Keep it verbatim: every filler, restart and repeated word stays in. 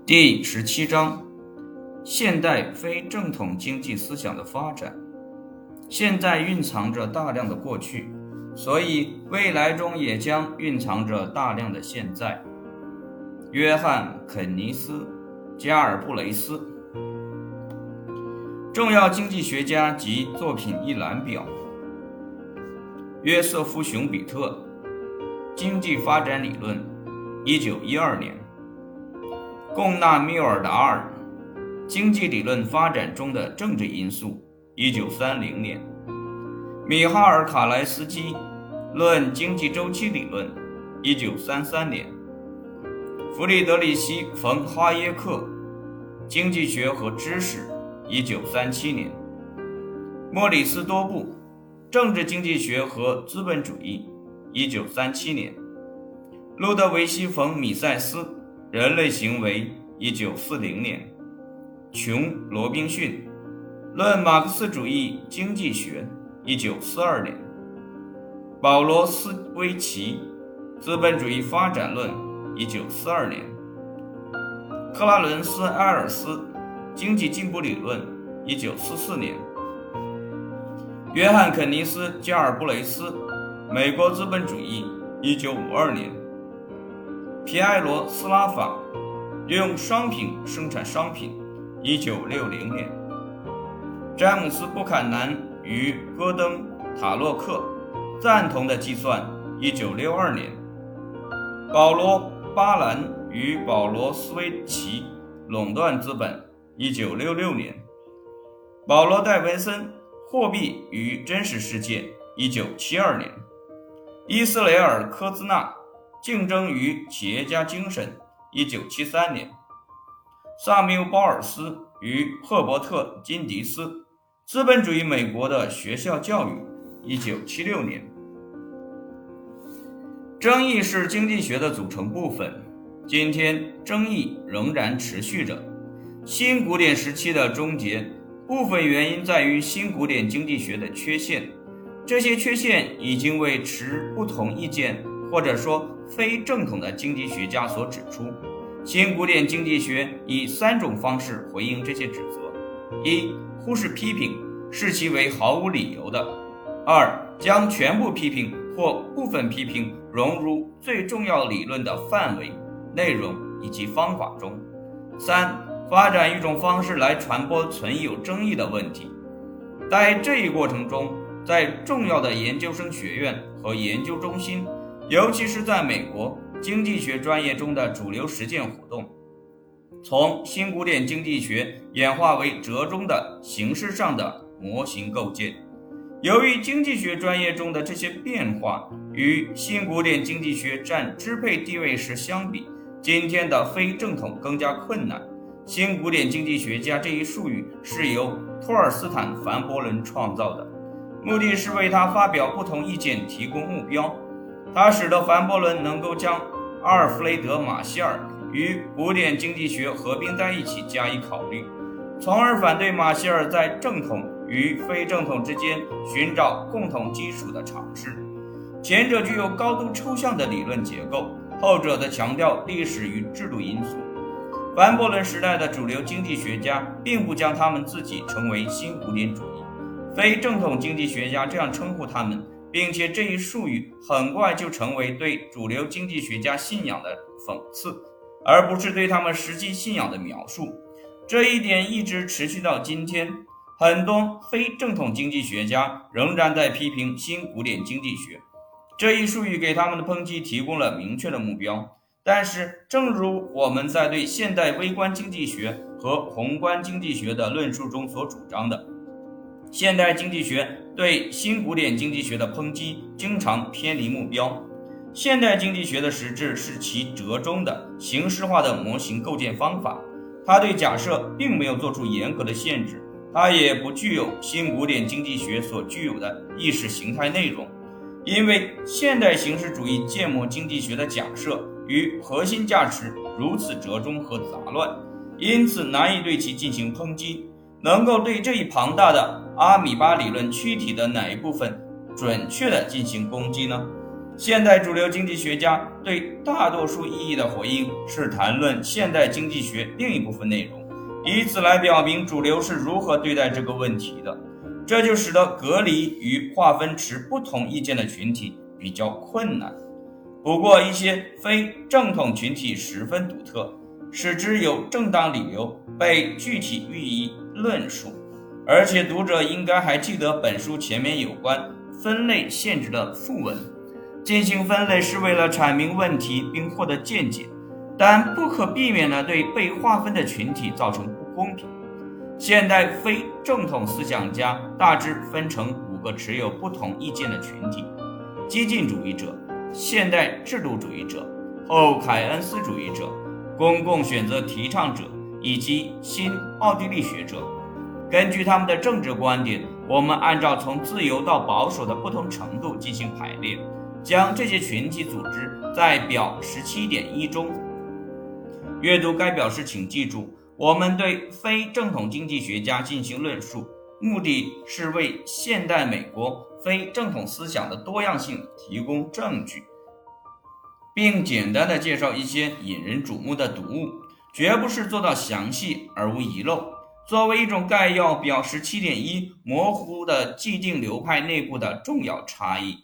第十七章：现代非正统经济思想的发展。现在蕴藏着大量的过去，所以未来中也将蕴藏着大量的现在。约翰·肯尼斯·加尔布雷斯，重要经济学家及作品一览表。约瑟夫·熊彼特，经济发展理论，一九一二年。贡纳缪尔达尔，经济理论发展中的政治因素，一九三零年。米哈尔·卡莱斯基，论经济周期理论，一九三三年。弗里德里希·冯·哈耶克，经济学和知识，一九三七年。莫里斯·多布，政治经济学和资本主义，一九三七年。路德维希·冯·米塞斯，人类行为，一九四零年。琼·罗宾逊，论马克思主义经济学，一九四二年。保罗·斯威奇，资本主义发展论，一九四二年。克拉伦斯·埃尔斯，经济进步理论，一九四四年。约翰·肯尼斯·加尔布雷斯，美国资本主义，一九五二年。皮埃罗·斯拉法，用商品生产商品，一九六零年。詹姆斯·布坎南与戈登·塔洛克，赞同的计算，一九六二年。保罗·巴兰与保罗·斯威奇，垄断资本，一九六六年。保罗·戴维森，货币与真实世界，一九七二年。伊斯雷尔·科兹纳，竞争与企业家精神，一九七三年。萨缪·鲍尔斯与赫伯特·金迪斯，资本主义美国的学校教育，一九七六年。争议是经济学的组成部分，今天争议仍然持续着。新古典时期的终结，部分原因在于新古典经济学的缺陷，这些缺陷已经为持不同意见或者说非正统的经济学家所指出。新古典经济学以三种方式回应这些指责：一、忽视批评，视其为毫无理由的；二、将全部批评或部分批评融入最重要理论的范围、内容以及方法中；三、发展一种方式来传播存有争议的问题。在这一过程中，在重要的研究生学院和研究中心，尤其是在美国经济学专业中的主流实践活动，从新古典经济学演化为折中的形式上的模型构建。由于经济学专业中的这些变化与新古典经济学占支配地位时相比，今天的非正统更加困难。新古典经济学家这一术语是由托尔斯坦·凡伯伦创造的，目的是为他发表不同意见提供目标。它使得凡伯伦能够将阿尔弗雷德·马歇尔与古典经济学合并在一起加以考虑，从而反对马歇尔在正统与非正统之间寻找共同基础的尝试。前者具有高度抽象的理论结构，后者的强调历史与制度因素。凡伯伦时代的主流经济学家并不将他们自己称为新古典主义，非正统经济学家这样称呼他们，并且这一术语很快就成为对主流经济学家信仰的讽刺，而不是对他们实际信仰的描述。这一点一直持续到今天，很多非正统经济学家仍然在批评新古典经济学。这一术语给他们的抨击提供了明确的目标，但是正如我们在对现代微观经济学和宏观经济学的论述中所主张的，现代经济学对新古典经济学的抨击经常偏离目标。现代经济学的实质是其折中的形式化的模型构建方法，它对假设并没有做出严格的限制，它也不具有新古典经济学所具有的意识形态内容。因为现代形式主义建模经济学的假设与核心价值如此折中和杂乱，因此难以对其进行抨击。能够对这一庞大的阿米巴理论躯体的哪一部分准确地进行攻击呢？ 现代主流经济学家对大多数意义的回应是谈论现代经济学另一部分内容，以此来表明主流是如何对待这个问题的。这就使得隔离与划分持不同意见的群体比较困难。不过，一些非正统群体十分独特，使之有正当理由被具体予以论述。而且读者应该还记得本书前面有关分类限制的附文。进行分类是为了阐明问题并获得见解，但不可避免地对被划分的群体造成不公平。现代非正统思想家大致分成五个持有不同意见的群体：激进主义者、现代制度主义者、后凯恩斯主义者、公共选择提倡者以及新奥地利学者。根据他们的政治观点，我们按照从自由到保守的不同程度进行排列，将这些群体组织在表 十七点一 中。阅读该表时请记住，我们对非正统经济学家进行论述，目的是为现代美国非正统思想的多样性提供证据，并简单地介绍一些引人瞩目的读物，绝不是做到详细而无遗漏。作为一种概要，表 十七点一 模糊的既定流派内部的重要差异，